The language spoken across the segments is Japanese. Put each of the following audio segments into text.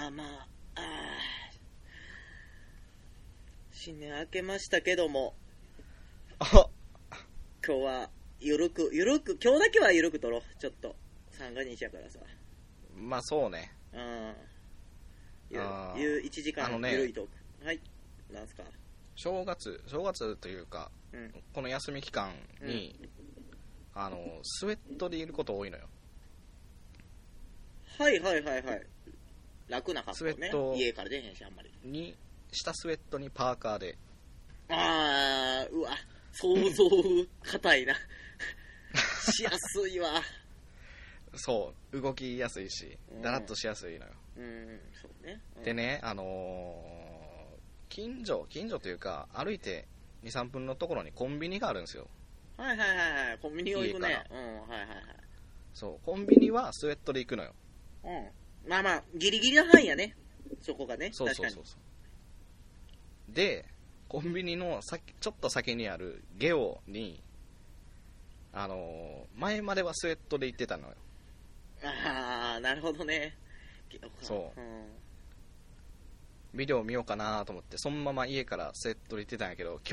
まあ、新年明けましたけども、今日はゆるく、今日だけはゆるく撮ろう。ちょっと三が日やからさ。 まあそうね。 1時間ゆるいトーク。はい。なんすか。 正月というか、この休み期間に、スウェットでいること多いのよ。 はい。楽な格好ね。 スウェット家から出へんし、あんまり。 下スウェットにパーカーで。 うわ、想像硬いな。しやすいわ。 そう、動きやすいし、だらっとしやすいのよ。 そうね。 でね、近所というか、歩いて2、3分のところにコンビニがあるんですよ。 はい。コンビニを行くね。はい。 そう、コンビニはスウェットで行くのよ。 まあ、ギリギリの範囲やね。そこがね。 そう。で、コンビニのちょっと先にあるゲオに、前まではスウェットで行ってたのよ。 なるほどね。 そう。ビデオ見ようかなと思って、そのまま家からスウェットで行ってたんやけど、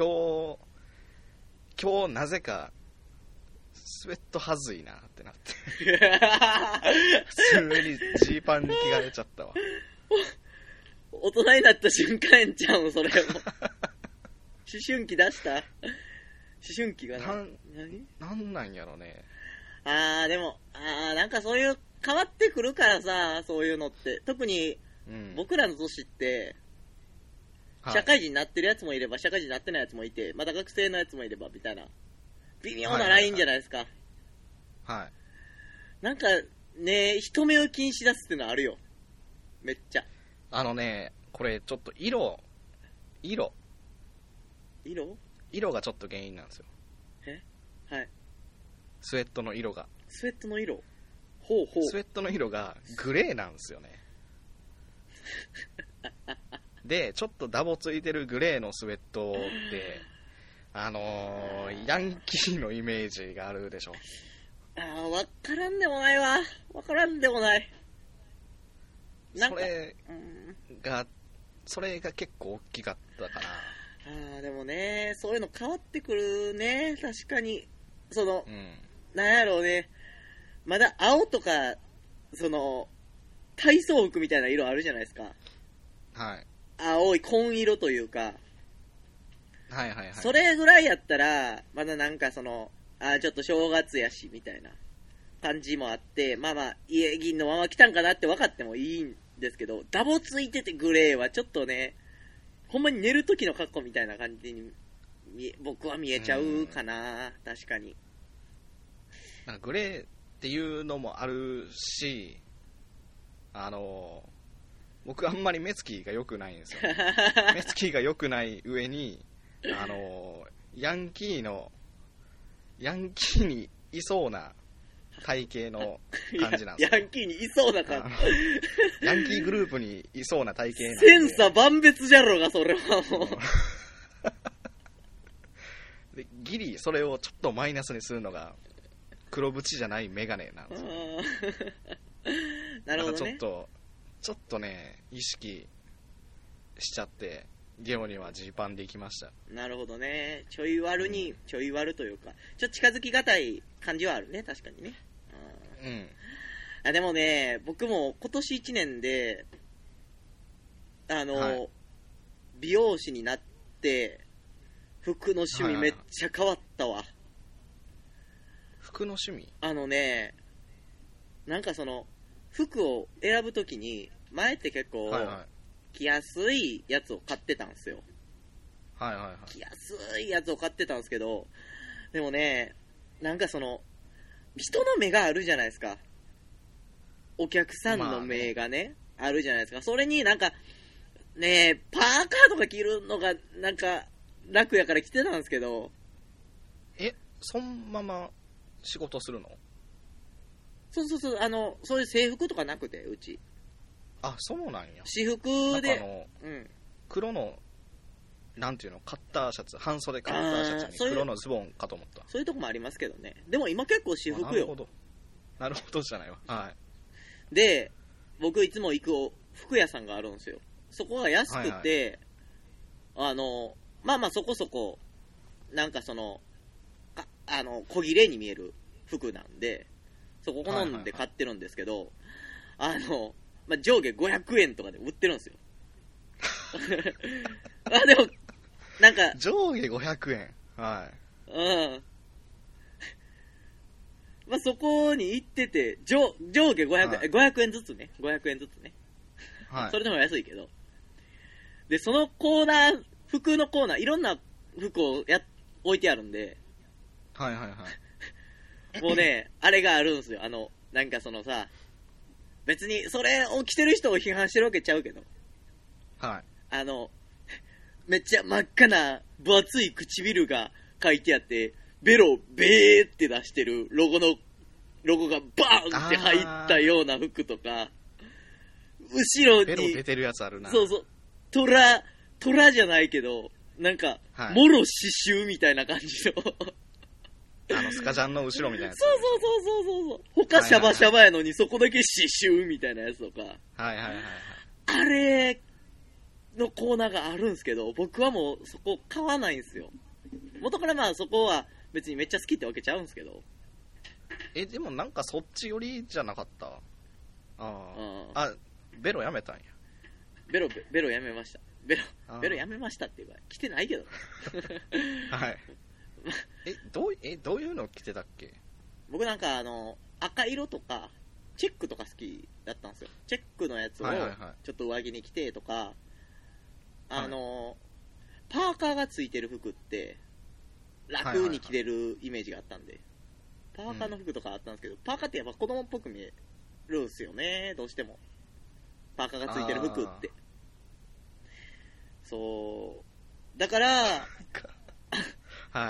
今日なぜか、スウェットはずいなってなって。普通にジーパンに着替えちゃったわ。 大人になった瞬間やんちゃうん、それも。思春期出した思春期がなんなんやろね。 でも、なんかそういう変わってくるからさ、そういうのって。特に、僕らの年って、社会人になってるやつもいれば、社会人になってないやつもいて、まだ学生のやつもいれば、みたいな。微妙なラインじゃないですか。 はい。 なんか、ね、人目を気にしだすっていうのはあるよ。めっちゃ。 これちょっと色がちょっと原因なんですよ。 はい。 スウェットの色が。 スウェットの色？ スウェットの色がグレーなんですよね。で、ちょっとダボついてるグレーのスウェットって、ヤンキーのイメージがあるでしょ。 わからんでもないわ。 それが結構大きかったかな。 でもね、そういうの変わってくるね。確かに。なんやろうね。まだ青とか、体操服みたいな色あるじゃないですか。 はい。 青い紺色というか。 はい。 それぐらいやったら、まだなんかちょっと正月やし、みたいな感じもあって、家銀のまま来たんかなって分かってもいいんですけど、ダボついててグレーはちょっとね、ほんまに寝る時の格好みたいな感じに僕は見えちゃうかな。確かに。 なんかグレーっていうのもあるし、僕あんまり目つきが良くないんですよ。目つきが良くない上に、ヤンキーにいそうな体型の感じなんですよ。 ヤンキーにいそうな感じ。 ヤンキーグループにいそうな体型なんで。 千差万別じゃろうが、それはもう。 でギリそれをちょっとマイナスにするのが黒縁じゃないメガネなんですよ。 なるほどね。 ちょっとね、意識しちゃってゲオにはジーパンで行きました。 なるほどね。ちょい悪というか、ちょっと近づきがたい感じはあるね。確かにね。でもね、僕も今年1年で美容師になって服の趣味めっちゃ変わったわ。 服の趣味？ なんか服を選ぶときに、前って結構、着やすいやつを買ってたんですよ。着やすいやつを買ってたんですけど、でもね、なんか人の目があるじゃないですか。お客さんの目がね、あるじゃないですか。それになんか、ね、パーカーとか着るのがなんか楽やから着てたんですけど。 そのまま仕事するの？ そう、そういう制服とかなくて、うち。 そうなんや。 私服で。 黒の、なんていうの、カッターシャツ、半袖カッターシャツに黒のズボンかと思った。 そういうとこもありますけどね。でも今結構私服よ。 なるほどじゃないわ。はい。 で、 僕いつも行く服屋さんがあるんですよ。そこが安くて、はいはい、まあまあそこそこ、なんかその、小切れに見える服なんで、そこ好んで買ってるんですけど、まあ、上下500円とかで売ってるんですよ。でも、なんか。 上下500円。はい。 うん。まあ、そこに行ってて、上下500円、はい、500円ずつね。500円ずつね。はい。それでも安いけど。で、そのコーナー、服のコーナー、いろんな服を置いてあるんで。 はいはいはい。 もうね、あれがあるんですよ。なんかそのさ、別にそれを着てる人を批判してるわけちゃうけど。 はい。 めっちゃ真っ赤な分厚い唇が書いてあって、ベロベーって出してるロゴがバーンって入ったような服とか、後ろに。 ベロ出てるやつあるな。 そうそう。虎じゃないけど、なんか、はい、もろ刺繍みたいな感じの。 スカジャンの後ろみたいなやつ。 そう。他シャバシャバやのにそこだけ刺繍みたいなやつとか。 はいはいはい。 あれのコーナーがあるんですけど、僕はもうそこ買わないんですよ。元からまあそこは別にめっちゃ好きってわけちゃうんですけど。 でもなんかそっち寄りじゃなかった？ベロやめたんや。 ベロやめました。ベロやめましたっていうか、着てないけど。 はい。どういうの着てたっけ？ 僕なんか赤色とか、チェックとか好きだったんですよ。チェックのやつをちょっと上着に着てとか、パーカーがついてる服って楽に着れるイメージがあったんで、パーカーの服とかあったんですけど、パーカーってやっぱ子供っぽく見えるんすよね、どうしても。パーカーがついてる服って。そう。だから、 はい。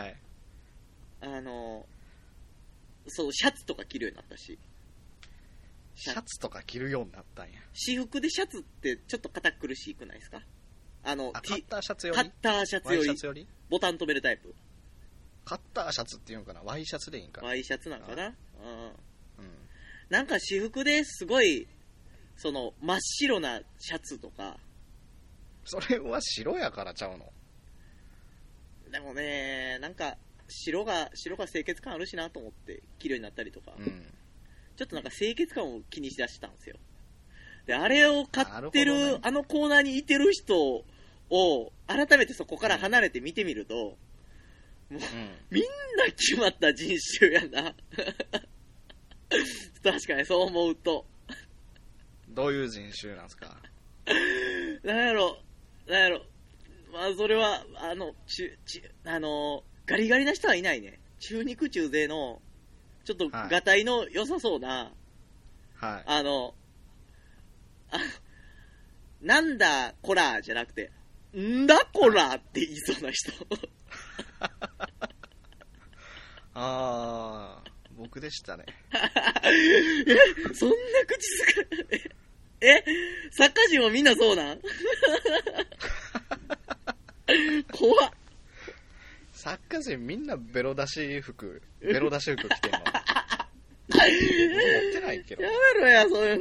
そう、シャツとか着るようになったし。 シャツとか着るようになったんや。 私服でシャツってちょっと堅苦しくないですか？ カッターシャツより？ カッターシャツよりボタン止めるタイプ。 カッターシャツっていうのかな？ワイシャツでいいんかな？ ワイシャツなんかな？うん。なんか私服ですごい、その、真っ白なシャツとか。 それは白やからちゃうの？ でもね、なんか、白が清潔感あるしなと思って着るようになったりとか。ちょっとなんか清潔感を気にしだしたんですよ。で、あれを買ってる、ね、コーナーにいてる人を、改めてそこから離れて見てみると、もう、みんな決まった人種やな。確かにそう思うと。 どういう人種なんですか？ なんやろ。まあ、それは、ガリガリな人はいないね。中肉中背の、ちょっと、がたいの良さそうな、 はい。 なんだこらじゃなくて、んだこらって言いそうな人。 僕でしたね。 そんな口すか作家陣はみんなそうなん？怖っ。 作家陣みんなベロ出し服着てんの。持ってないけど。 やめろや、そういう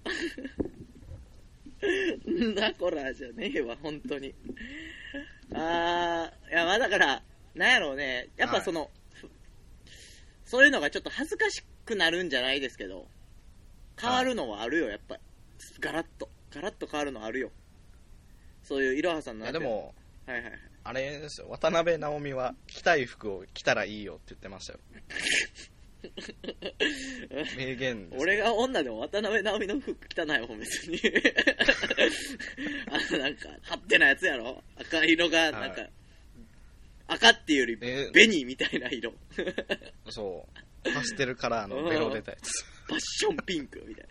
の。んだこらじゃねえわ、本当に。いや、まあだから、なんやろうね。やっぱその、そういうのがちょっと恥ずかしくなるんじゃないですけど、変わるのはあるよ、やっぱり。ガラッと変わるのあるよ。そういういろはさんの。 でも、 はい。 あれですよ、渡辺直美は着たい服を着たらいいよって言ってましたよ。名言です。 俺が女でも渡辺直美の服着たないもん、別に。なんか、派手なやつやろ？赤色が、なんか、赤っていうより、紅みたいな色。 そう。パステルカラーのベロ出たやつ。 パッションピンクみたい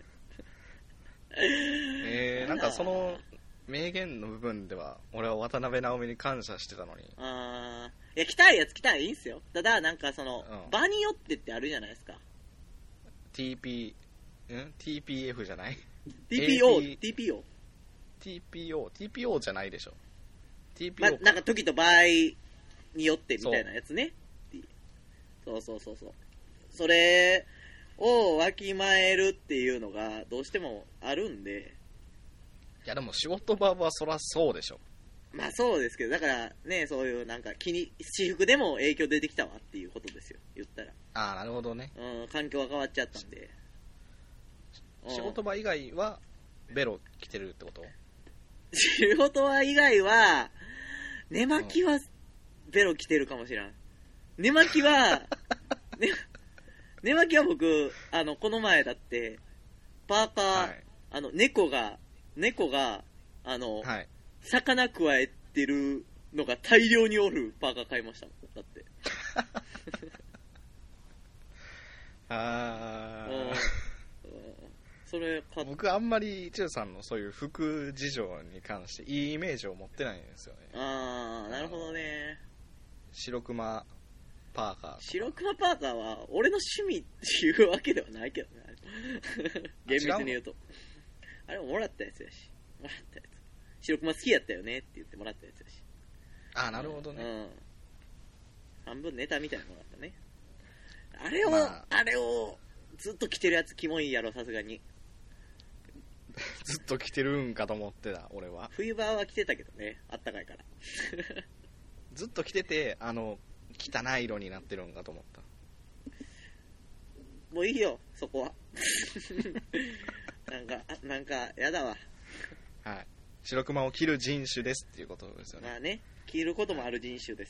な。なんかその名言の部分では俺は渡辺直美に感謝してたのに。 いや、着たいやつ着たらいいんすよ。ただなんかその、場によってってあるじゃないですか。 TPF じゃない？ TPO じゃないでしょ。TPO ま、なんか時と場合によってみたいなやつね。そう。それをわきまえるっていうのがどうしてもあるんで。 いやでも仕事場はそらそうでしょ。 まあそうですけど、だからね、そういうなんか私服でも影響出てきたわっていうことですよ、言ったら。 ああ、なるほどね。 うん、環境が変わっちゃったんで。 仕事場以外はベロ着てるってこと？ 仕事場以外は、寝巻きはベロ着てるかもしれん。寝巻きは、寝巻きは僕、この前だって、パーカー、はい、猫が、はい、魚くわえてるのが大量におるパーカー買いましたもん、だって。 あー。 それ僕あんまり一応さんのそういう服事情に関していいイメージを持ってないんですよね。 ああ、なるほどね。 白熊パーカー。 白熊パーカーは俺の趣味っていうわけではないけどね。厳密に言うと。あれももらったやつやし。もらったやつ。白熊好きやったよねって言ってもらったやつやし。 ああ、なるほどね。うん。 半分ネタみたいなものだったね。あれをずっと着てるやつキモいやろ、さすがに。 ずっと着てるんかと思ってた、俺は。 冬場は着てたけどね、あったかいから。 ずっと着てて、汚い色になってるんかと思った。 もういいよ、そこは。なんか、やだわ。 はい。白熊を着る人種ですっていうことですよね。 まあね、着ることもある人種です。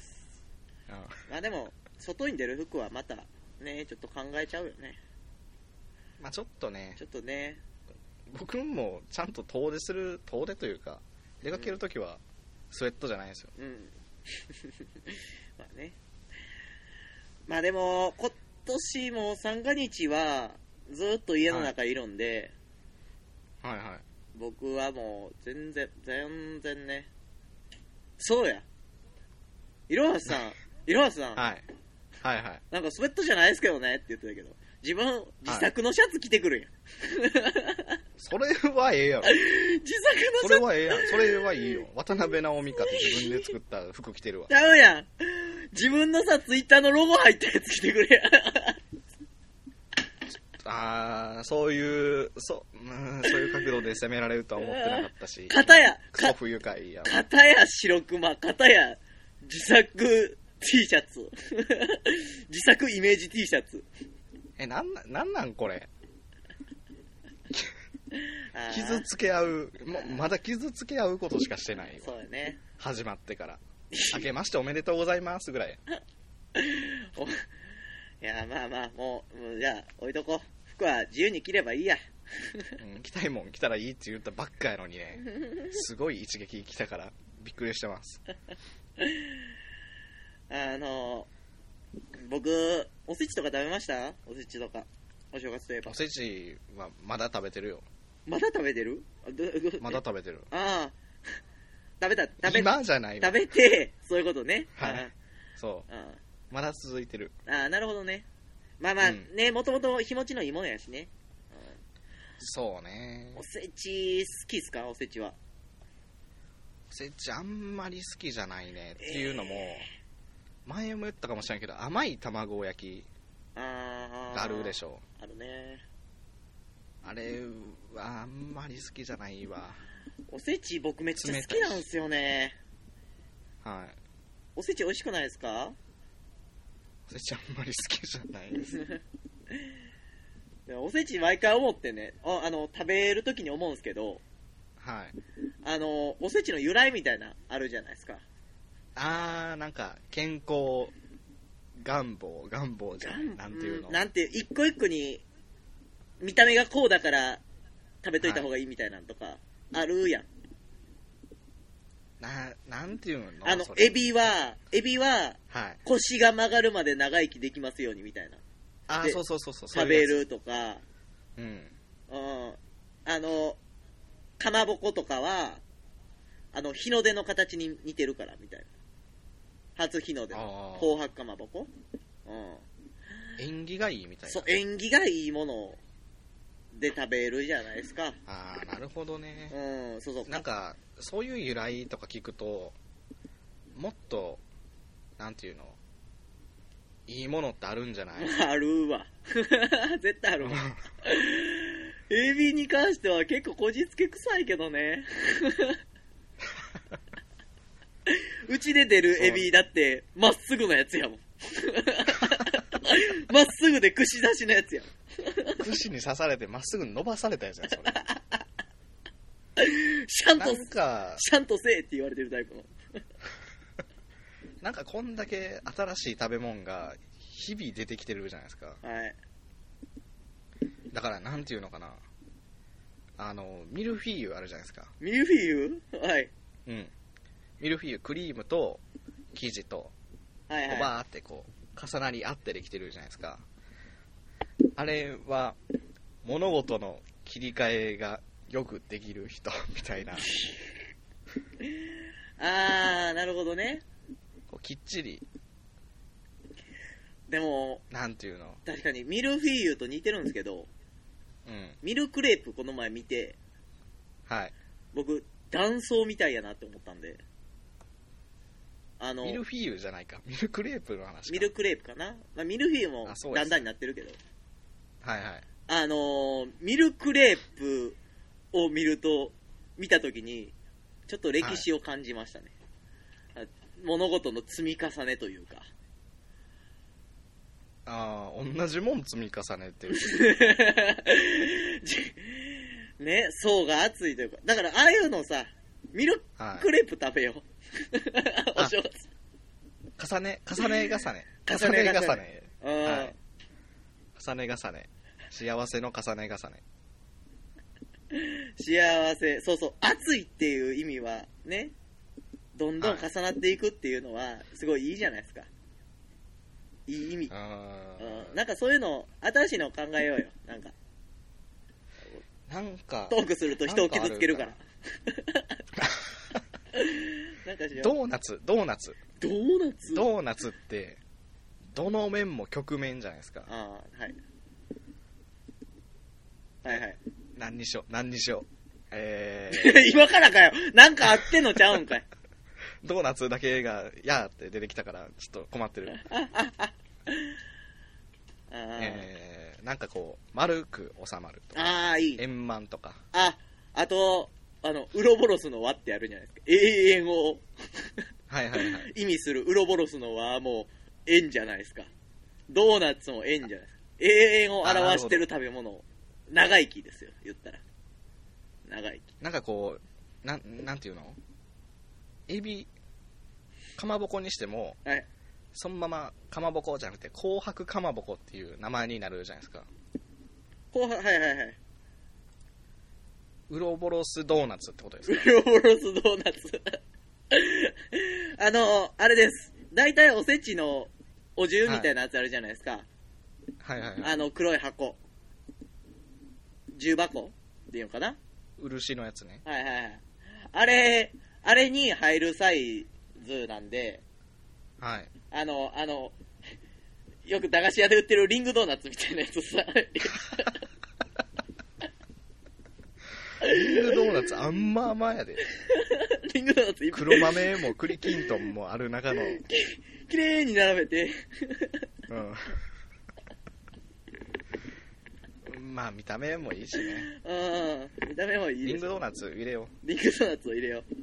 まあでも、外に出る服はまた、ね、ちょっと考えちゃうよね。 まあちょっとね。僕もちゃんと遠出というか出かけるときはスウェットじゃないんですよ。うん。 まあね。まあでも今年も三が日はずっと家の中いるんで、 はい、はいはい。 僕はもう全然ね。そうや。いろはさん、 はい。はいはい。 なんかスウェットじゃないですけどねって言ってたけど、自作のシャツ着てくるやん。 それはええやろ。 自作のシャツ。 それはええやん。それはいいよ。渡辺直美香って自分で作った服着てるわ。 ちゃうやん。自分のさ、ツイッターのロゴ入ったやつ着てくれやん。 そういう角度で攻められるとは思ってなかったし。 片や、 クソ不愉快や。 片や白熊、片や自作T シャツ。自作イメージ T シャツ。 なんこれ。傷つけ合う、まだ傷つけ合うことしかしてないわ。 そうだね。 始まってから。明けましておめでとうございますぐらい。 いや、まあ、もうじゃあ、置いとこう。服は自由に着ればいいや。 着たいもん着たらいいって言ったばっかやのにね。すごい一撃来たから、びっくりしてます。 僕、おせちとか食べました？おせちとか。お正月といえば。 おせちはまだ食べてるよ。 まだ食べてる？ まだ食べてる。 ああ。 今じゃないわ。食べて、そういうことね。 はい。そう。まだ続いてる。 ああ、なるほどね。まあ、ね、もともと日持ちのいいものやしね。 そうね。 おせち好きっすか？おせちは。 おせちあんまり好きじゃないね。っていうのも、前も言ったかもしれないけど、甘い卵焼きがあるでしょ。 あるね。 あれはあんまり好きじゃないわ。 おせち僕めっちゃ好きなんですよね。 はい。 おせち美味しくないですか？ おせちあんまり好きじゃないです。 おせち毎回思ってね、食べるときに思うんですけど、 はい。 おせちの由来みたいなあるじゃないですか。 なんか健康願望じゃない、なんていうの、 なんて一個一個に見た目がこうだから食べといた方がいいみたいなのとかあるやん。 なんていうの？ エビは、腰が曲がるまで長生きできますようにみたいな。 そう。 食べるとか、かまぼことかは、日の出の形に似てるからみたいな。初日の出の紅白かまぼこ。 縁起がいいみたいな。 そう、縁起がいいもので食べるじゃないですか。 なるほどね。 そう。 なんかそういう由来とか聞くと、もっとなんていうの、 いいものってあるんじゃない？ あるわ。絶対あるわ。エビに関しては結構こじつけ臭いけどね。うちで出るエビだってまっすぐのやつやもん。まっすぐで串刺しのやつやん。 串に刺されてまっすぐに伸ばされたやつやん、それ。 シャンとせえって言われてるタイプの。 なんかこんだけ新しい食べ物が日々出てきてるじゃないですか。 はい。 だからなんていうのかな、ミルフィーユあるじゃないですか。 ミルフィーユ？はい。 うん。ミルフィーユ、クリームと生地と、 はいはい、 バーってこう重なり合ってできてるじゃないですか。あれは物事の切り替えがよくできる人みたいな。 なるほどね。 こうきっちり。 でもなんていうの、 確かにミルフィーユと似てるんですけど、 うん、 ミルクレープこの前見て、 はい、 僕断層みたいやなって思ったんで、 ミルフィーユじゃないか、ミルクレープの話か。 ミルクレープかな、まあ、ミルフィーユもだんだんになってるけど、 はいはい、 ミルクレープを見たときにちょっと歴史を感じましたね、はい、物事の積み重ねというか、 同じもん積み重ねてるね、層が厚いというか、だからああいうのさ、ミルクレープ食べよう、お正月重ね、はい、重ね、幸せの重ね重ね、 幸せ、そうそう、熱いっていう意味はね、どんどん重なっていくっていうのはすごいいいじゃないですか。いい意味。なんかそういうの新しいのを考えようよ。なんかトークすると人を傷つけるから。なんかしよう。 ドーナツってどの面も曲面じゃないですか。 はい。はいはい。 何にしよう。 今からかよ。なんかあってんのちゃうんかい。 ドーナツだけがやーって出てきたからちょっと困ってる。なんかこう丸く収まるとか、 いい円満とか、 あとウロボロスの輪ってあるじゃないですか。永遠をはいはいはい、 意味するウロボロスの輪も円じゃないですか。ドーナツも円じゃないですか。永遠を表してる食べ物、長生きですよ、言ったら。長生き。 なんかこうなんていうの、エビかまぼこにしても、 はい、 そのままかまぼこじゃなくて紅白かまぼこっていう名前になるじゃないですか。 はいはいはい。 ウロボロスドーナツってことですか？ ウロボロスドーナツあれです。大体おせちのお重みたいなやつあるじゃないですか。 はいはいはい。 黒い箱。重箱っていうのかな？ 漆のやつね。 はいはいはい。あれに入るサイズなんで、 はい。 よく駄菓子屋で売ってるリングドーナツみたいなやつさ。 リングドーナツあんま甘やで。 リングドーナツ黒豆も栗きんとんもある中のきれいに並べて、 まあ見た目もいいしね。 見た目もいいです。 リングドーナツ入れよう。リングドーナツを入れよう。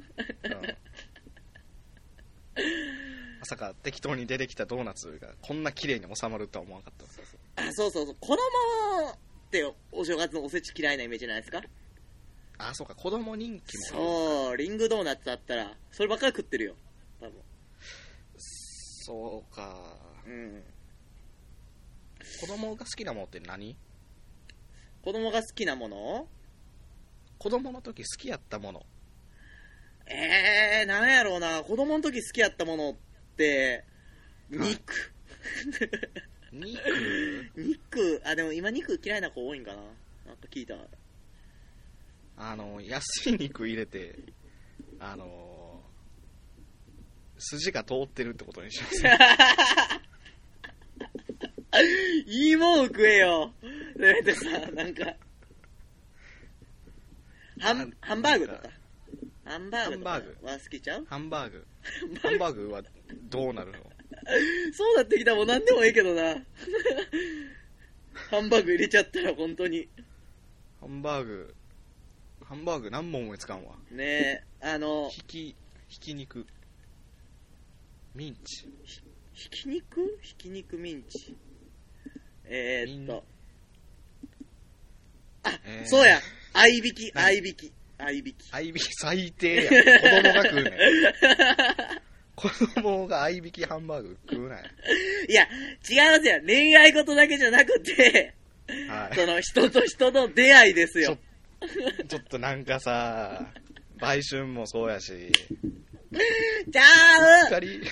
まさか適当に出てきたドーナツがこんな綺麗に収まるとは思わなかった。 そう子供ってお正月のおせち嫌いなイメージないですか？ そうか、子供人気も。 そう、リングドーナツあったらそればっかり食ってるよ、多分。 そうか。 うん。 子供が好きなものって何？ 子供が好きなもの？ 子供の時好きやったもの。 なんやろうな。子供の時好きやったものって肉。肉。でも今肉嫌いな子多いんかな。なんか聞いた。 安い肉入れて筋が通ってるってことにしますね。 いいもん食えよ。せめてさ、なんかハンバーグとか。ハンバーグは好きちゃう？ ハンバーグはどうなるの？ そうなってきたらもう何でもいいけどな。ハンバーグ入れちゃったら本当に。 ハンバーグ何本思いつかんわ。 ねえ、 ひき肉。ミンチ。 ひき肉ミンチ。そうや。合いびき。 合いびき最低や。子供が食うねん。子供が合いびきハンバーグ食うなよ。 いや、違いますよ。恋愛事だけじゃなくて、 はい、 その人と人の出会いですよ。 ちょっとなんかさ、売春もそうやし。 ちゃう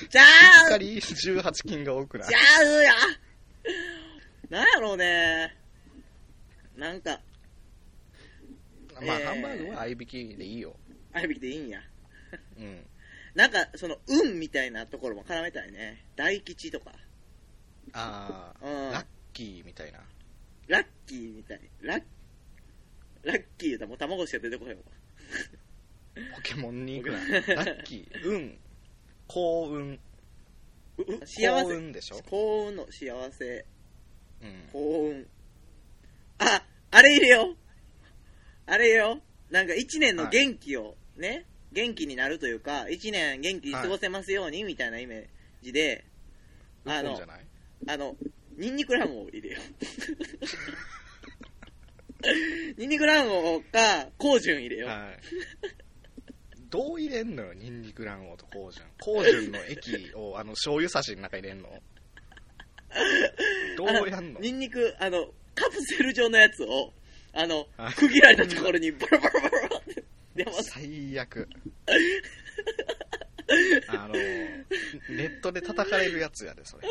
18金が多くない？ ちゃうや。なんやろうね。なんか。 まあ、ハンバーグは合いびきでいいよ。 合いびきでいいんや。 うん。 なんか、その、運みたいなところも絡めたいね。大吉とか。 ああ、ラッキーみたいな。 ラッキーみたい。ラッキー言うたらもう卵しか出てこないわ。 ポケモンに行くな。ラッキー、運、幸運。 幸せ。 幸運でしょ？ 幸運の幸せ。 うん。 幸運。あれ入れよ。なんか一年の元気をね、元気になるというか、一年元気に過ごせますようにみたいなイメージで、ニンニク卵黄を入れよう。ニンニク卵黄か、香醇入れよう。 はい。どう入れんのよ、ニンニク卵黄と香醇。香醇の液を醤油差しの中入れんの？どうやんの？ ニンニク、カプセル状のやつを、区切られたところにバラバラバラって出ます。 最悪。ネットで叩かれるやつやで、それ。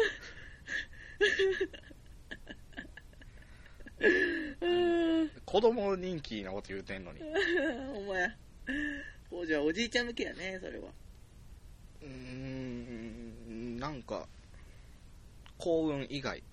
子供人気なこと言うてんのに。 お前、こうじゃおじいちゃん向けやね、それは。 なんか、幸運以外。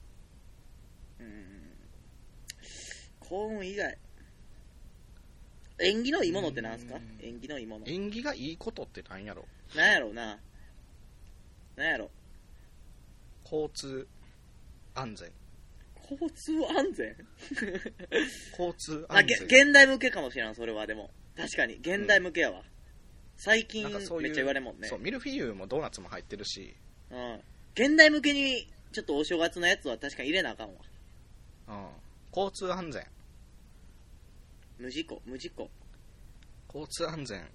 幸運以外。縁起のいいものってなんすか？縁起のいいもの。 縁起がいいことってなんやろ？ なんやろうな。なんやろ。 交通安全。 交通安全交通安全。 現代向けかもしれん、それは。でも確かに現代向けやわ。最近めっちゃ言われるもんね。 そう、ミルフィーユもドーナツも入ってるし。 うん。現代向けにちょっとお正月のやつは確かに入れなあかんわ。 うん。交通安全。 無事故。 交通安全。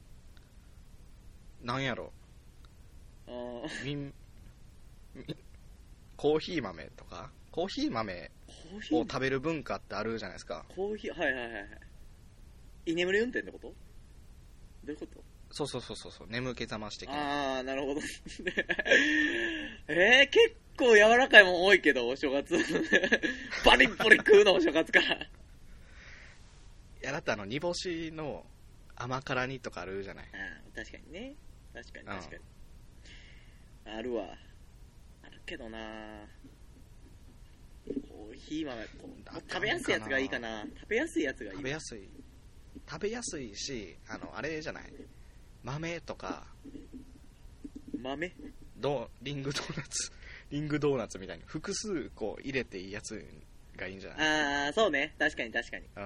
なんやろ。コーヒー豆とか、コーヒー豆を食べる文化ってあるじゃないですか。 コーヒー、はい。居眠り運転ってこと？どういうこと？ そう、眠気覚まし的な。 ああ、なるほど。結構柔らかいもん多いけど、お正月。バリッバリ食うの、お正月から。いや、だって煮干しの甘辛煮とかあるじゃない。 確かにね。確かに。あるわ。あるけどな。コーヒー豆、食べやすいやつがいいかな。食べやすいやつがいい。 食べやすいし、あれじゃない。豆とか。 豆？ リングドーナツみたいに複数こう入れていいやつがいいんじゃない？ ああ、そうね。確かに。 うん。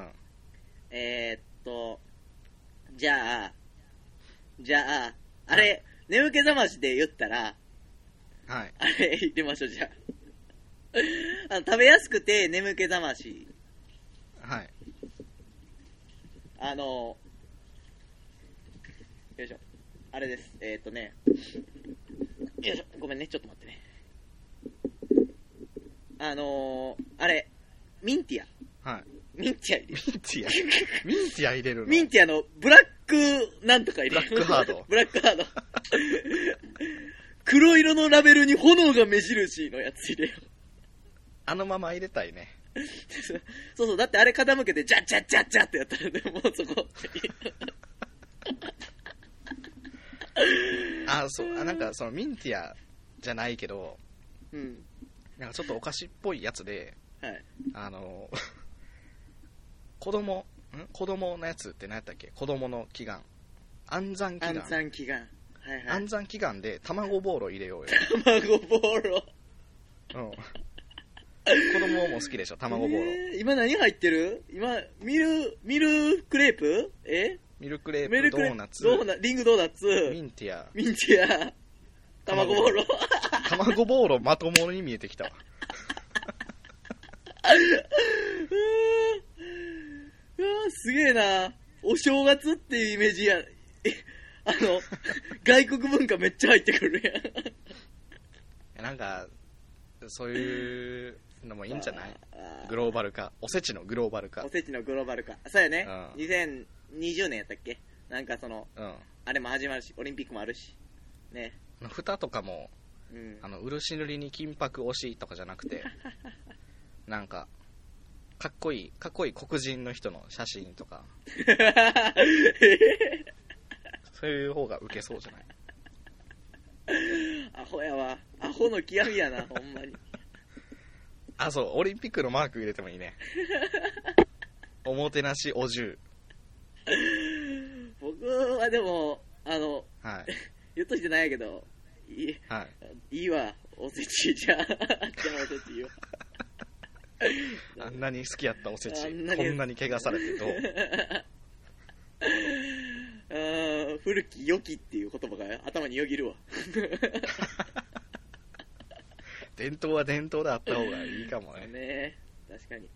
じゃあ、あれ、眠気覚ましで言ったら、 はい。 あれ言ってみましょう、じゃあ。食べやすくて眠気覚まし。 はい。 よいしょ。あれです。よいしょ。ごめんね、ちょっと待ってね。あれ、ミンティア。 はい。 ミンティア入れる。 ミンティア入れるの？ ミンティアのブラックなんとか入れる。 ブラックハード。 ブラックハード。黒色のラベルに炎が目印のやつ入れよう。 あのまま入れたいね。 そう、だってあれ傾けて、ジャッジャッジャッジャッってやったらね、もうそこ。 そう、なんかそのミンティアじゃないけど、なんかちょっとお菓子っぽいやつで、 はい、 子供のやつって何やったっけ？子供の祈願。安産祈願。 安産祈願。 はいはい、 暗算祈願で卵ボーロ入れようよ。 卵ボーロ。 うん。子供も好きでしょ、卵ボーロ。 今何入ってる？今、ミルクレープ？ ミルクレープ、ドーナツ、 リングドーナツ、 ミンティア、 卵ボーロ。 卵ボーロまともに見えてきたわ。 すげえな。お正月っていうイメージや。外国文化めっちゃ入ってくるやん。 なんか、そういうのもいいんじゃない？グローバル化。おせちのグローバル化。 おせちのグローバル化。そうやね。2020年やったっけ？なんかあれも始まるし、オリンピックもあるし。ね。 蓋とかも、漆塗りに金箔押しとかじゃなくて、なんか、かっこいい黒人の人の写真とか。そういう方がウケそうじゃない？ アホやわ。アホの極みやな、ほんまに。 そう、オリンピックのマーク入れてもいいね。おもてなしお重。 僕はでも、 はい、 言っといてないやけど、いいわ、おせちじゃあ。じゃあおせちいいわ。 あんなに好きやったおせち、こんなに怪我されてどう？ 古き良きっていう言葉が頭によぎるわ。 伝統は伝統であった方がいいかもね。 ね、確かに。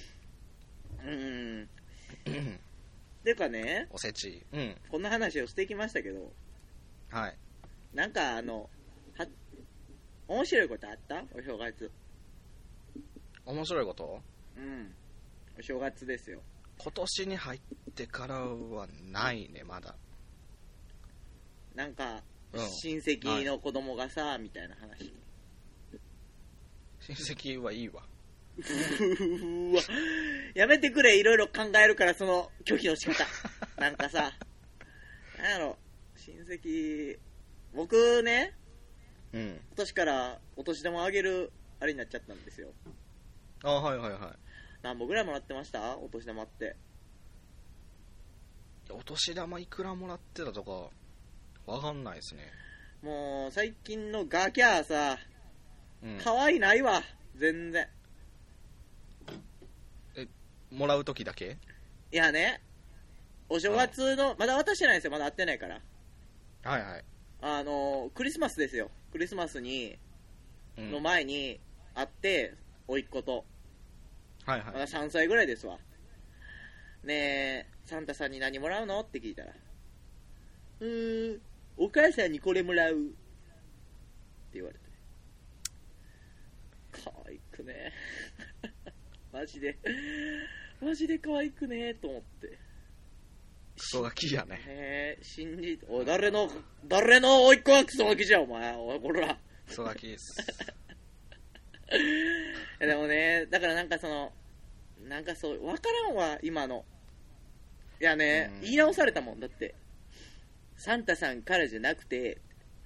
ていうかね、 おせち、 こんな話をしてきましたけど、 はい。 なんか面白いことあった？お正月。 面白いこと？ お正月ですよ。 今年に入ってからはないね、まだ。 なんか、親戚の子供がさ、みたいな話。 親戚はいいわ。 うわ、やめてくれ、いろいろ考えるから、その拒否の仕方。なんかさ、なんやろ、親戚、僕ね、今年からお年玉あげるあれになっちゃったんですよ。 はいはいはい。 何本ぐらいもらってました？お年玉って。 お年玉いくらもらってたとかわかんないですね。 もう最近のガキャーさ、可愛いないわ、全然。 もらうときだけ？ いやね、お正月の、まだ渡してないんですよ、まだ会ってないから。 はいはい。 クリスマスですよ。クリスマスに、の前に会って、甥っ子と。 はいはい。 まだ3歳ぐらいですわ。ねえ、サンタさんに何もらうのって聞いたら、お母さんにこれもらうって言われて、可愛くねマジで可愛くねと思って。 クソガキやね。 信じて、おい、誰の甥っ子はクソガキじゃん、お前。おい、こら。 クソガキです。 でもね、だからなんかそう、わからんわ、今の。いやね、言い直されたもん。だって、サンタさんからじゃなくて、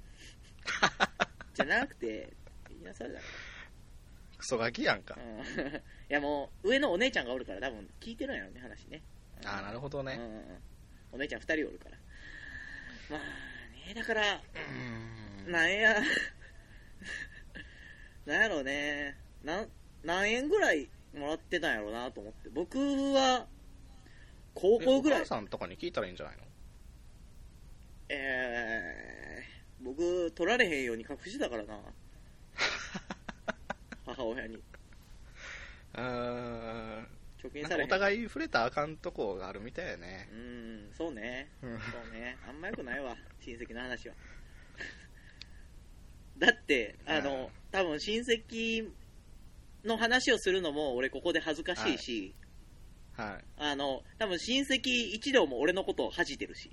言い直されたから。 クソガキやんか。 いやもう、上のお姉ちゃんがおるから多分聞いてるんやろね、話ね。 なるほどね。 お姉ちゃん2人おるから。まあね、だから、なんやろうね、何円ぐらいもらってたんやろうなと思って。僕は高校ぐらい。 お母さんとかに聞いたらいいんじゃないの？ 僕取られへんように隠してたからな。母親に。貯金されへん。 お互い触れたらあかんとこがあるみたいやね。 そうね。そうね。あんまよくないわ、親戚の話は。だって、多分親戚の話をするのも俺ここで恥ずかしいし、 はい。 多分親戚一同も俺のことを恥じてるし。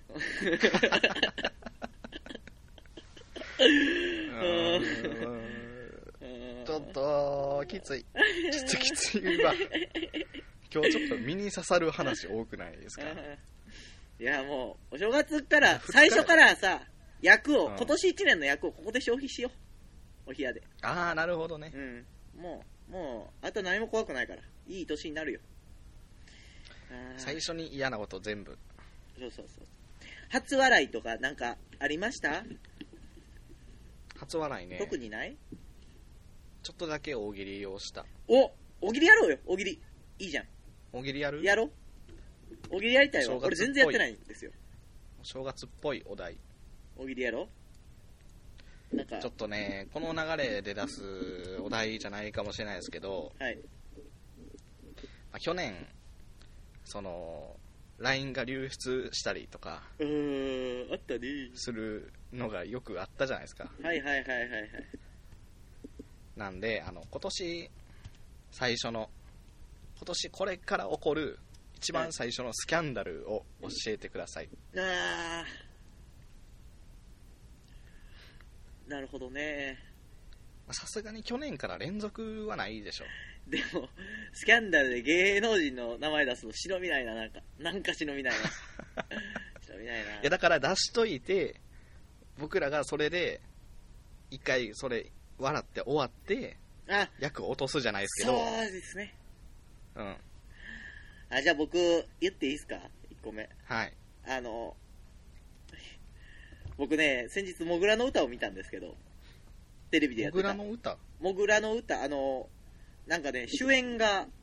ちょっときつい。ちょっときついわ。今日ちょっと身に刺さる話多くないですか？ いやもうお正月から最初からさ、役を、今年1年の役をここで消費しよう、お部屋で。 なるほどね。 もうあと何も怖くないからいい年になるよ。 最初に嫌なこと全部。 そう。 初笑いとかなんかありました？ 初笑いね。 特にない？ ちょっとだけ大喜利をした。 大喜利やろうよ、大喜利。いいじゃん。 大喜利やる？ やろう。大喜利やりたいわ。俺全然やってないんですよ。 正月っぽいお題。 大喜利やろう。なんかちょっとね、この流れで出すお題じゃないかもしれないですけど、 はい。 去年、その、LINE が流出したりとか、 あったね。 するのがよくあったじゃないですか。 はいはいはいはいはい。 なんで、今年これから起こる一番最初のスキャンダルを教えてください。 なるほどね。 さすがに去年から連続はないでしょ。 でもスキャンダルで芸能人の名前出すの忍びないな。なんか忍びないな。忍びないな。 いやだから出しといて、僕らがそれで一回それ笑って終わって役を落とすじゃないですけど。 そうですね。 うん。 じゃあ僕言っていいですか？1個目。 はい。 僕ね、先日モグラの歌を見たんですけど、テレビでやってた。モグラの歌、なんかね、主演がはい、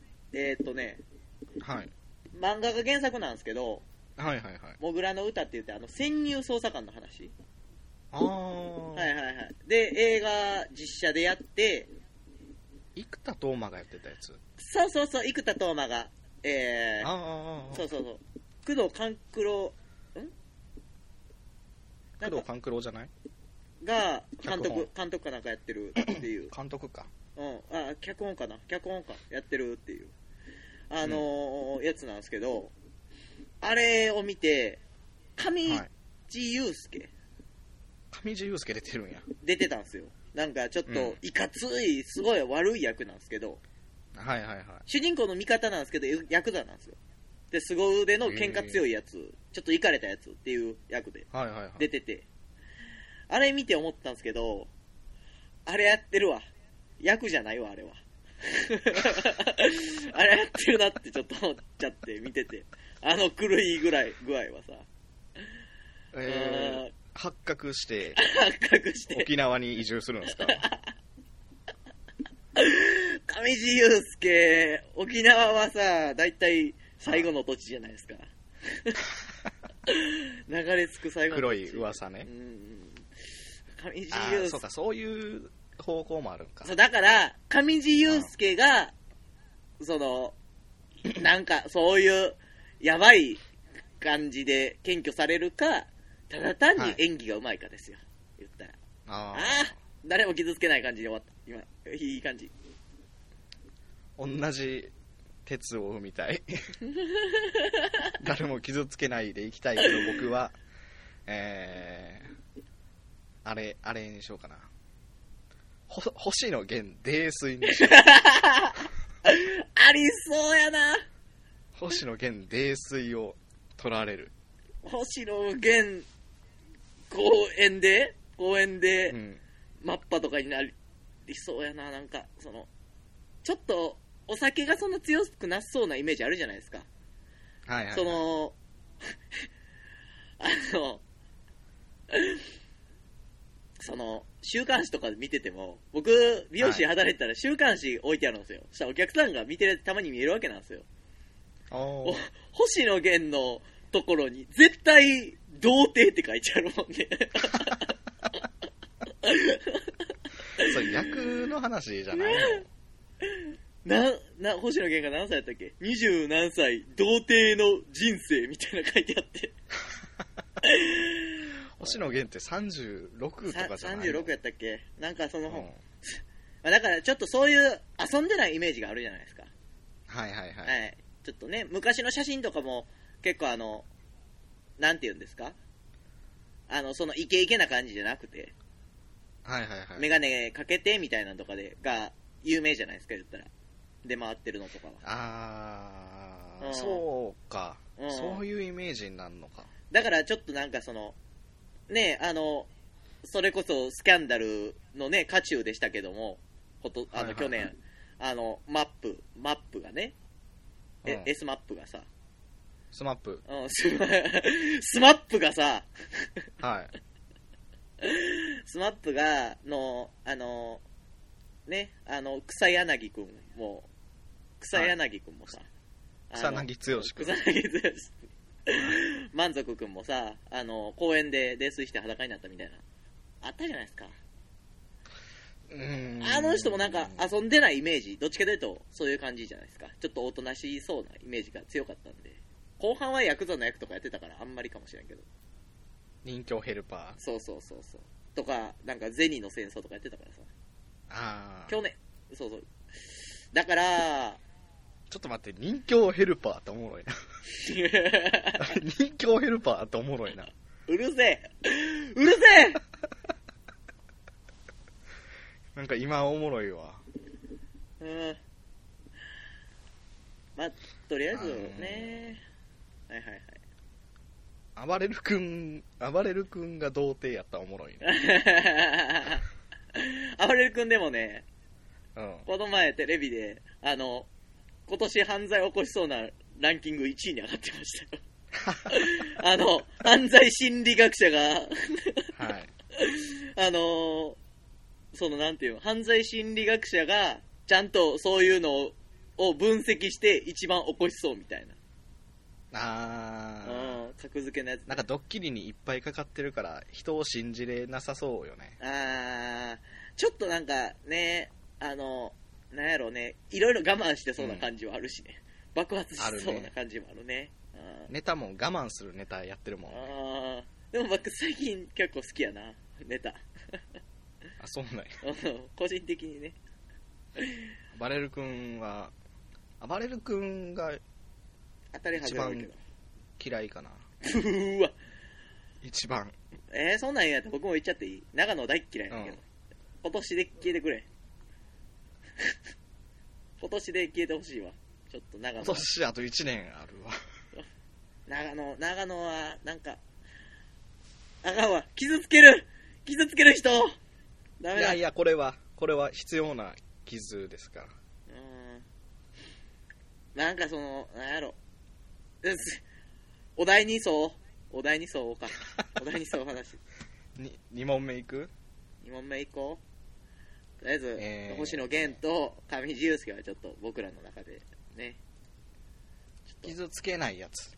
漫画が原作なんですけど、 はいはいはい。 モグラの歌って言って潜入捜査官の話。 はいはいはい。で、映画実写でやって、 生田斗真がやってたやつ。 そう生田斗真が、そう工藤官九郎工藤官九郎じゃないが監督かなんかやってるっていう監督か。 脚本かやってるっていうやつなんですけど、あれを見て上地雄介出てるんや。 出てたんですよ。なんかちょっといかついすごい悪い役なんですけど、 はいはいはい。 主人公の味方なんですけどヤクザなんですよ。で、凄腕の喧嘩強いやつ、ちょっとイカれたやつっていう役で出てて、あれ見て思ったんですけど、あれやってるわ。役じゃないわ、あれは。あれやってるなってちょっと思っちゃって見てて、狂い具合はさ。 発覚して沖縄に移住するんですか？ 上地雄介、沖縄はさ、だいたい最後の土地じゃないですか。流れ着く最後の土地。 黒い噂ね。 上地雄介。 そうか、そういう方向もあるんか。 そう、だから、上地雄介が、なんか、そういうやばい感じで検挙されるか、ただ単に演技がうまいかですよ。言ったら。誰も傷つけない感じで終わった。今、いい感じ。 同じ鉄を踏みたい。誰も傷つけないでいきたいけど、僕は、あれにしようかな。星野源泥酔にしよう。 ありそうやな。 星野源泥酔を取られる。 星野源公園で、マッパとかになりそうやな。なんかちょっとお酒がそんな強くなそうなイメージあるじゃないですか。 はいはい、 週刊誌とか見てても、僕美容師で働いてたら週刊誌置いてあるんですよ。そしたらお客さんが見てるたまに見えるわけなんですよ。星野源のところに絶対童貞って書いてあるもんね。 それ役の話じゃないの？星野源が何歳やったっけ？20何歳童貞の人生みたいな書いてあって。 星野源って36とかじゃないの ？36やったっけ？なんかだからちょっとそういう遊んでないイメージがあるじゃないですか。 はいはいはい。 ちょっとね、昔の写真とかも結構なんて言うんですか？イケイケな感じじゃなくて、 はいはいはい。 メガネかけてみたいなのとかが有名じゃないですか、言ったら。出回ってるのとかは。 そうか、そういうイメージになるのか。 だからちょっとなんかね、それこそスキャンダルのね、渦中でしたけども、去年、マップがね、S マップがさ、 スマップ。 うん、スマップがさ、 はい。 スマップが、ね、草柳くんもさ、 草薙剛君。 草薙剛。満足くんもさ、公園で泥酔して裸になったみたいな。あったじゃないですか。あの人もなんか遊んでないイメージ、どっちかというとそういう感じじゃないですか。ちょっとおとなしそうなイメージが強かったんで、後半はヤクザの役とかやってたからあんまりかもしれんけど。 人形ヘルパー。 そうとか、なんか銭の戦争とかやってたからさ。去年、そうだからちょっと待って、人形ヘルパーっておもろいな。人形ヘルパーっておもろいな。 うるせえなんか今おもろいわ。 まあ、とりあえずね、はい。 暴れる君が童貞やったらおもろいね。 暴れる君でもね、 この前テレビで、今年犯罪を起こしそうなランキング1位に上がってましたよ。犯罪心理学者が、はい。なんていうの、犯罪心理学者が、ちゃんとそういうのを分析して一番起こしそうみたいな。格付けのやつ。 なんかドッキリにいっぱいかかってるから、人を信じれなさそうよね。 ちょっとなんかね、なんやろうね、いろいろ我慢してそうな感じはあるしね。爆発しそうな感じもあるね。 ネタも我慢するネタやってるもんね。 でも僕最近結構好きやな、ネタ。 そうなんや。 個人的にね。 暴れる君が当たり一番嫌いかな。 うわ。 一番。 そんなんやったら僕も言っちゃっていい？長野大っ嫌いだけど。今年で消えてくれ。今年で消えてほしいわ。ちょっと長野。 今年あと1年あるわ。 長野は、なんか、あかんわ。傷つける人ダメだ。 いや、これは必要な傷ですから。 なんかなんやろ。お題にそうか。お題にそう話。 2問目いく？ 2問目いこう。とりあえず、星野源と上地雄介はちょっと僕らの中でね。 傷つけないやつ。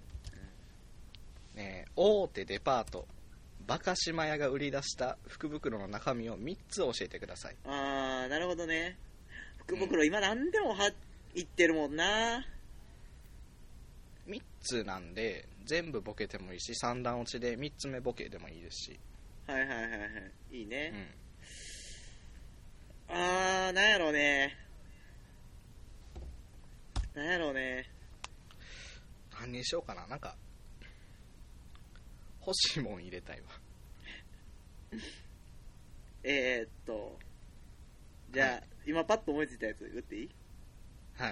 大手デパートバカ島屋が売り出した福袋の中身を3つ教えてください。 なるほどね。福袋、今何でも入ってるもんな。 3つなんで全部ボケてもいいし、3段落ちで3つ目ボケでもいいですし。 はいいいね。なんやろうね。 何にしようかな。なんか欲しいもん入れたいわ。 じゃあ、今パッと思いついたやつ言っていい？ はい。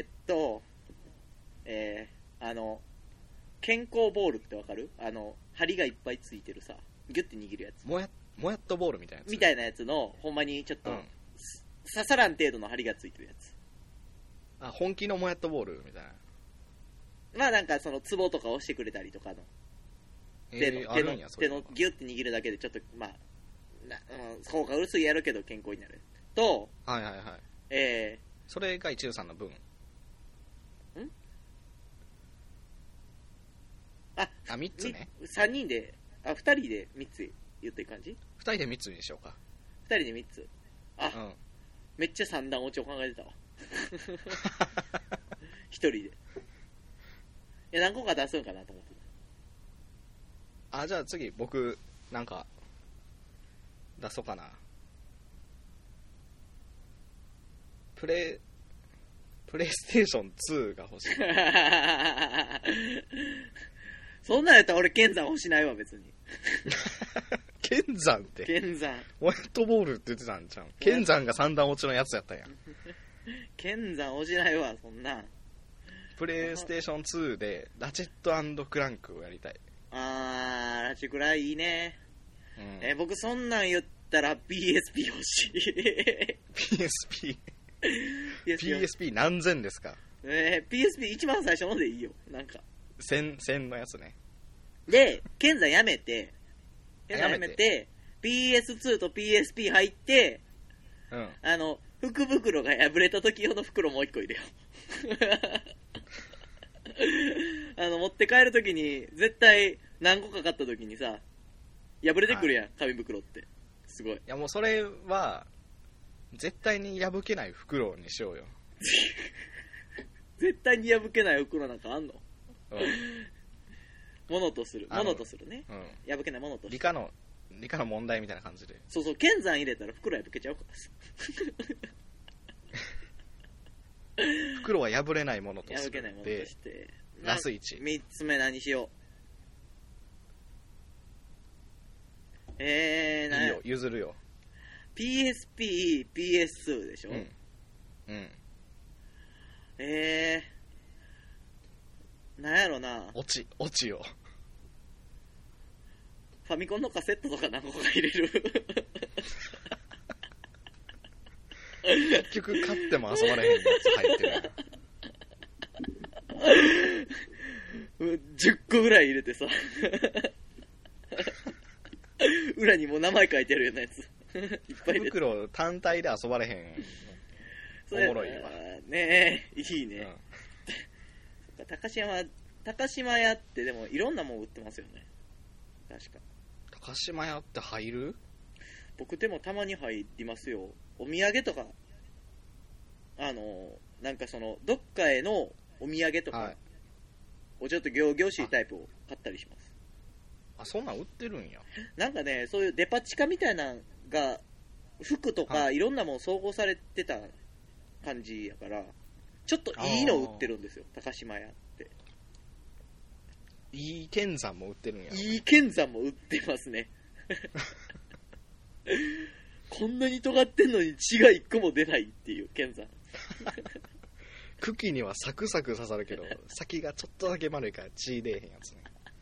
健康ボールってわかる？針がいっぱいついてるさ、ギュッて握るやつ。 もやっとボールみたいなやつ。 みたいなやつの、ほんまにちょっと、刺さらん程度の針がついてるやつ。 本気のもやっとボールみたいな。 まあなんかツボとか押してくれたりとかの。手のギュッて握るだけでちょっと、まあ、効果薄いやるけど健康になる。と、それが一流さんの分。3つね。 3人で、2人で3つ言ってる感じ？ 2人で3つにしようか。 2人で3つ。めっちゃ3段落ちを考えてたわ。1人で。いや、何個か出すんかなと思ってた。じゃあ次、僕、なんか、出そうかな。プレイステーション2が欲しい。 そんなんやったら俺剣山欲しないわ、別に。 剣山って。ホワイトボールって言ってたんじゃん。剣山が3段落ちのやつやったやん。 剣山欲しないわ、そんな。 プレイステーション2でラチェット&クランクをやりたい。 ラチクラいいね。僕そんなん言ったら PSP 欲しい。 PSP 何千ですか？ PSP 一番最初のでいいよ。なんか線のやつね。 で、剣山やめて、PS2 と PSP 入って、 うん。 福袋が破れた時用の袋もう一個入れよう。持って帰る時に、絶対何個かかった時にさ、破れてくるやん、紙袋って。すごい。 いやもうそれは、絶対に破けない袋にしようよ。 絶対に破けない袋なんかあんの？ うん。 ものとするね。 うん。 破けないものとする。 理科の問題みたいな感じで。 そう、剣山入れたら袋破けちゃうからさ。 袋は破れないものとする。 破けないものとして。 ラス1。 3つ目何しよう。いいよ、譲るよ。 PSP、PS2 でしょ？ うん。うん。 なんやろな。 落ちよ。 ファミコンのカセットとか何個か入れる。 結局買っても遊ばれへんやつ入ってる。10個ぐらい入れてさ。裏にもう名前書いてあるようなやつ。いっぱい入れて。 袋単体で遊ばれへん。おもろいわ。 ねえ、いいね。うん、高島屋ってでもいろんなもん売ってますよね。確か。 高島屋って入る？ 僕でもたまに入りますよ。お土産とか、なんかどっかへのお土産とか、はい、をちょっと仰々しいタイプを買ったりします。 あ、そんなん売ってるんや。 なんかね、そういうデパ地下みたいなのが、服とかいろんなもん総合されてた感じやから、ちょっといいの売ってるんですよ、高島屋って。 いい剣山も売ってるんやろ、ね。 いい剣山も売ってますね。こんなに尖ってんのに血が一個も出ないっていう剣山。 茎にはサクサク刺さるけど、先がちょっとだけ丸いから血出えへんやつ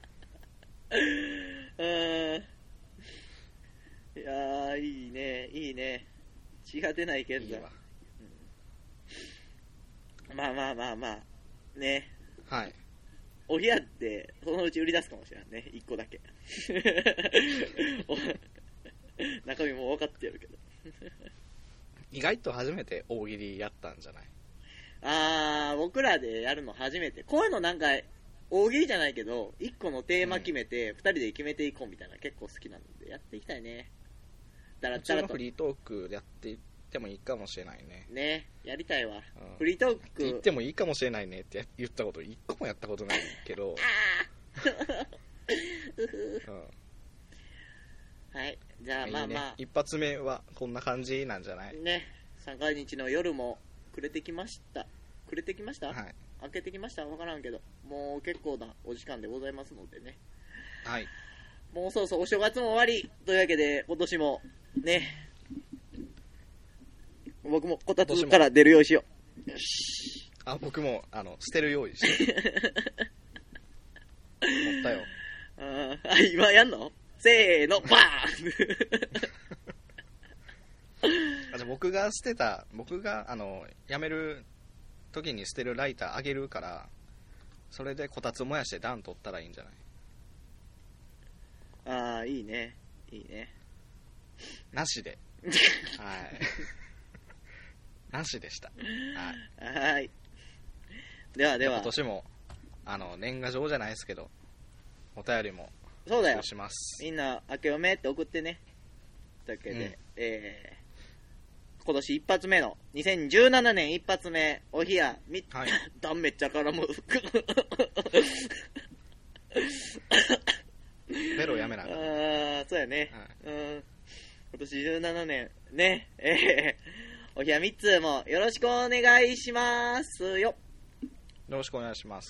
ね。いやー、いいね。血が出ない剣山。いいわ。まあね。 はい。 お部屋ってそのうち売り出すかもしれないね、1個だけ。中身も分かってやるけど。 意外と初めて大喜利やったんじゃない？ 僕らでやるの初めて。こういうのなんか大喜利じゃないけど1個のテーマ決めて2人で決めていこうみたいな結構好きなのでやっていきたいね。 普通のフリートークでやっていってもいいかもしれないね。 ね、やりたいわ。フリートーク言ってもいいかもしれないねって言ったこと1個もやったことないけど。 はい、じゃあまあまあ、 一発目はこんな感じなんじゃないね。三が日の夜も暮れてきました。はい、明けてきました分からんけど、もう結構なお時間でございますのでね。 はい、 もうそうお正月も終わりというわけで、今年もね、僕もこたつから出るようにしよう。よし。 僕も捨てるようにしよう。思ったよ。 今やんの？せーの、バーン。 じゃ僕が辞める時に捨てるライターあげるから、それでこたつ燃やして暖取ったらいいんじゃない？ いいね。 なしで。はい。なしでした。 はい。では。 今年も年賀状じゃないですけど、お便りもそうだよ。 します。 みんな明けおめって送ってね。というわけで、今年一発目の2017年一発目お冷やはい、 ダンめっちゃ絡む。 ベロやめな。 そうやね。はい、今年17年ね、お冷や3つもよろしくお願いしますよ。 よろしくお願いします。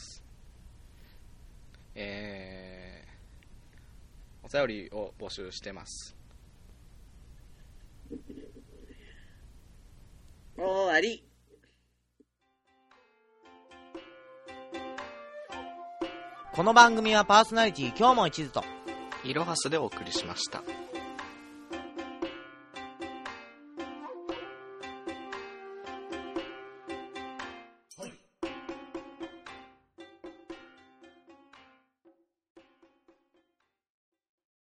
お便りを募集してます。 終わり。 この番組はパーソナリティ今日も一途といろはすでお送りしました。